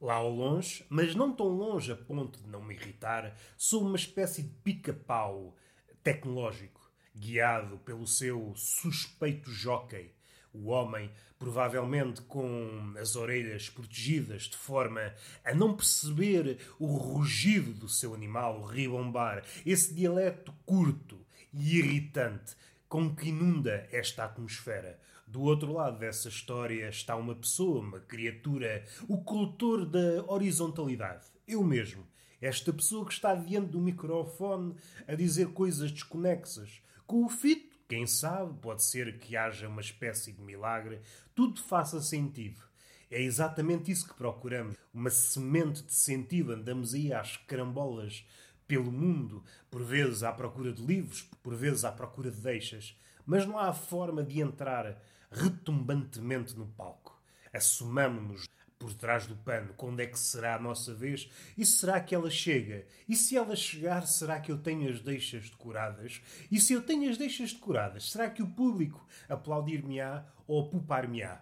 Lá ao longe, mas não tão longe a ponto de não me irritar, sou uma espécie de pica-pau tecnológico, guiado pelo seu suspeito jóquei. O homem, provavelmente com as orelhas protegidas de forma a não perceber o rugido do seu animal, o ribombar, esse dialeto curto e irritante com que inunda esta atmosfera. Do outro lado dessa história está uma pessoa, uma criatura, o cultor da horizontalidade. Eu mesmo. Esta pessoa que está diante do microfone a dizer coisas desconexas. Com o fito, quem sabe, pode ser que haja uma espécie de milagre, tudo faça sentido. É exatamente isso que procuramos. Uma semente de sentido. Andamos aí às carambolas pelo mundo, por vezes à procura de livros, por vezes à procura de deixas. Mas não há forma de entrar retumbantemente no palco. Assumamo-nos por trás do pano. Quando é que será a nossa vez? E será que ela chega? E se ela chegar, será que eu tenho as deixas decoradas? E se eu tenho as deixas decoradas, será que o público aplaudir-me-á ou apupar-me-á?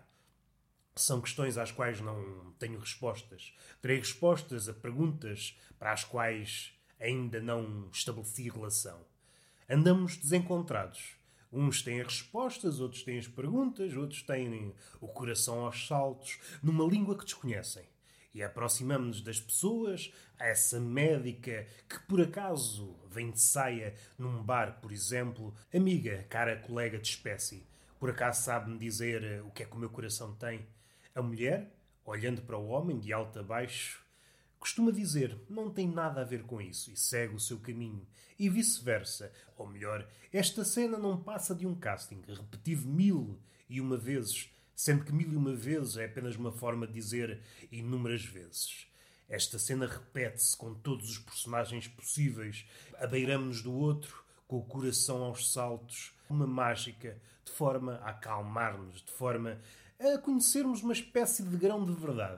São questões às quais não tenho respostas. Terei respostas a perguntas para as quais ainda não estabeleci relação. Andamos desencontrados. Uns têm as respostas, outros têm as perguntas, outros têm o coração aos saltos, numa língua que desconhecem. E aproximamos-nos das pessoas, a essa médica que por acaso vem de saia num bar, por exemplo, amiga, cara colega de espécie, por acaso sabe-me dizer o que é que o meu coração tem? A mulher, olhando para o homem de alto a baixo, costuma dizer, não tem nada a ver com isso, e segue o seu caminho. E vice-versa. Ou melhor, esta cena não passa de um casting, repetido 1001 vezes, sendo que 1001 vezes é apenas uma forma de dizer inúmeras vezes. Esta cena repete-se com todos os personagens possíveis. Abeiramos-nos do outro, com o coração aos saltos, uma mágica, de forma a acalmar-nos, de forma a conhecermos uma espécie de grão de verdade.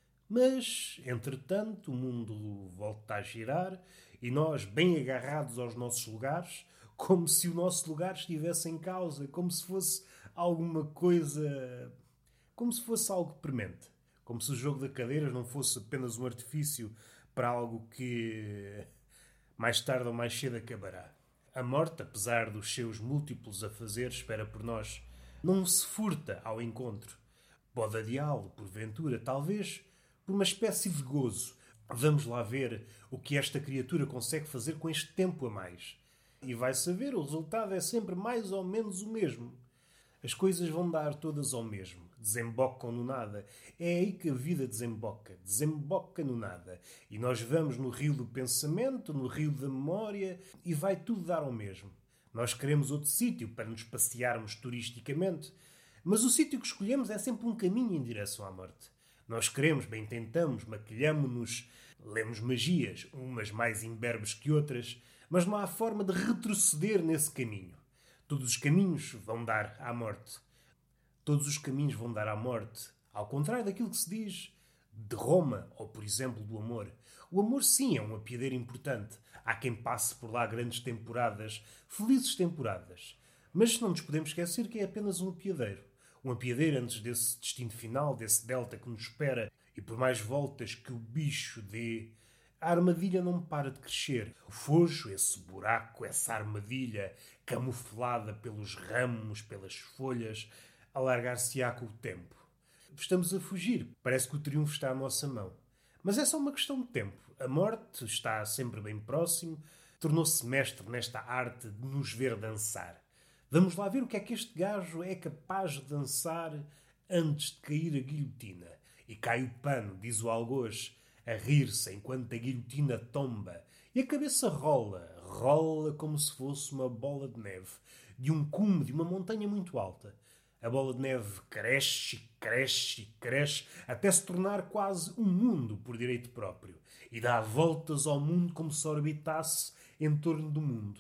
Mas, entretanto, o mundo volta a girar e nós, bem agarrados aos nossos lugares, como se o nosso lugar estivesse em causa, como se fosse alguma coisa. Como se fosse algo premente. Como se o jogo de cadeiras não fosse apenas um artifício para algo que mais tarde ou mais cedo acabará. A morte, apesar dos seus múltiplos afazeres, espera por nós. Não se furta ao encontro. Pode adiá-lo, porventura, talvez por uma espécie de gozo. Vamos lá ver o que esta criatura consegue fazer com este tempo a mais. E vai saber, o resultado é sempre mais ou menos o mesmo. As coisas vão dar todas ao mesmo. Desembocam no nada. É aí que a vida desemboca. Desemboca no nada. E nós vamos no rio do pensamento, no rio da memória, e vai tudo dar ao mesmo. Nós queremos outro sítio para nos passearmos turisticamente, mas o sítio que escolhemos é sempre um caminho em direção à morte. Nós queremos, bem tentamos, maquilhamos-nos, lemos magias, umas mais imberbes que outras, mas não há forma de retroceder nesse caminho. Todos os caminhos vão dar à morte. Todos os caminhos vão dar à morte. Ao contrário daquilo que se diz de Roma, ou por exemplo do amor. O amor sim é um apiadeiro importante. Há quem passe por lá grandes temporadas, felizes temporadas. Mas não nos podemos esquecer que é apenas um apiadeiro. Um apiadeiro antes desse destino final, desse delta que nos espera, e por mais voltas que o bicho dê, a armadilha não para de crescer. O fojo, esse buraco, essa armadilha, camuflada pelos ramos, pelas folhas, alargar-se-á com o tempo. Estamos a fugir. Parece que o triunfo está à nossa mão. Mas é só uma questão de tempo. A morte está sempre bem próximo. Tornou-se mestre nesta arte de nos ver dançar. Vamos lá ver o que é que este gajo é capaz de dançar antes de cair a guilhotina. E cai o pano, diz o algoz, a rir-se enquanto a guilhotina tomba. E a cabeça rola, rola como se fosse uma bola de neve, de um cume de uma montanha muito alta. A bola de neve cresce, cresce, cresce, até se tornar quase um mundo por direito próprio. E dá voltas ao mundo como se orbitasse em torno do mundo.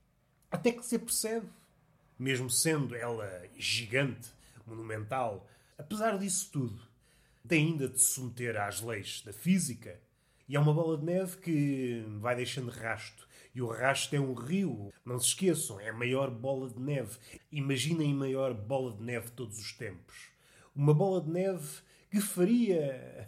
Até que se apercebe, mesmo sendo ela gigante, monumental, apesar disso tudo, tem ainda de se submeter às leis da física. E é uma bola de neve que vai deixando rasto. E o rasto é um rio. Não se esqueçam, é a maior bola de neve. Imaginem a maior bola de neve de todos os tempos. Uma bola de neve que faria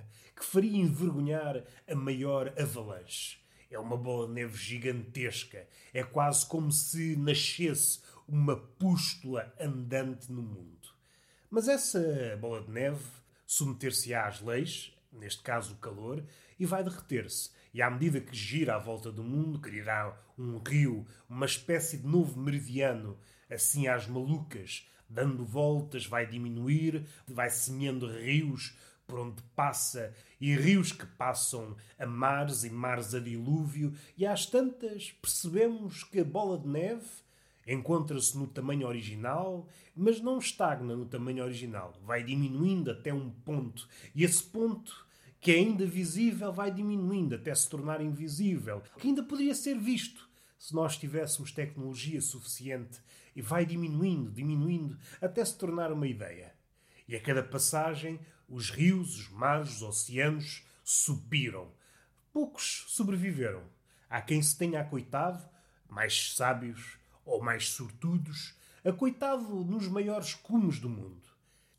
envergonhar a maior avalanche. É uma bola de neve gigantesca. É quase como se nascesse uma pústula andante no mundo. Mas essa bola de neve submeter-se-á às leis, neste caso o calor, e vai derreter-se. E à medida que gira à volta do mundo, criará um rio, uma espécie de novo meridiano, assim às malucas, dando voltas, vai diminuir, vai semeando rios por onde passa, e rios que passam a mares e mares a dilúvio, e às tantas percebemos que a bola de neve encontra-se no tamanho original, mas não estagna no tamanho original. Vai diminuindo até um ponto, e esse ponto, que é ainda visível, vai diminuindo até se tornar invisível, que ainda poderia ser visto se nós tivéssemos tecnologia suficiente, e vai diminuindo, diminuindo, até se tornar uma ideia. E a cada passagem, os rios, os mares, os oceanos subiram. Poucos sobreviveram. Há quem se tenha acoitado, mais sábios ou mais sortudos, acoitado nos maiores cumes do mundo.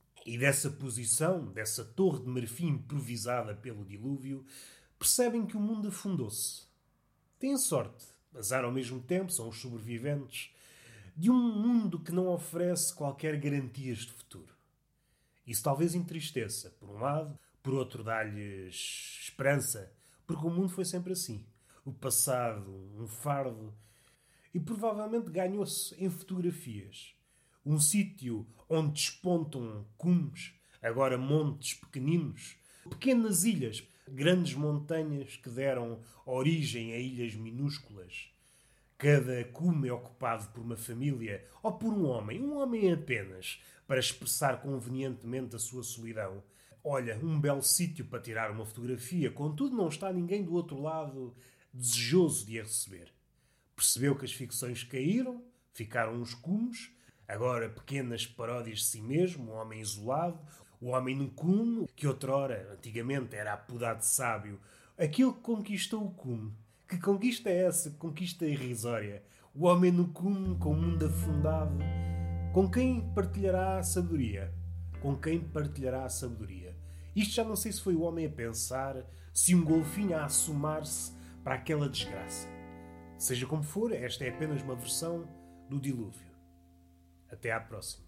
E dessa posição, dessa torre de marfim improvisada pelo dilúvio, percebem que o mundo afundou-se. Têm sorte, azar ao mesmo tempo, são os sobreviventes, de um mundo que não oferece qualquer garantias de futuro. Isso talvez entristeça, por um lado, por outro dá-lhes esperança, porque o mundo foi sempre assim. O passado, um fardo, e provavelmente ganhou-se em fotografias. Um sítio onde despontam cumes, agora montes pequeninos, pequenas ilhas, grandes montanhas que deram origem a ilhas minúsculas. Cada cume é ocupado por uma família ou por um homem apenas, para expressar convenientemente a sua solidão. Olha, um belo sítio para tirar uma fotografia, contudo não está ninguém do outro lado desejoso de a receber. Percebeu que as ficções caíram, ficaram uns cumes, agora pequenas paródias de si mesmo, um homem isolado, o homem no cume, que outrora, antigamente, era apodado de sábio, aquele que conquistou o cume. Que conquista é essa? Que conquista irrisória. O homem no cume, com o mundo afundado. Com quem partilhará a sabedoria? Com quem partilhará a sabedoria? Isto já não sei se foi o homem a pensar, se um golfinho a assomar-se para aquela desgraça. Seja como for, esta é apenas uma versão do dilúvio. Até à próxima.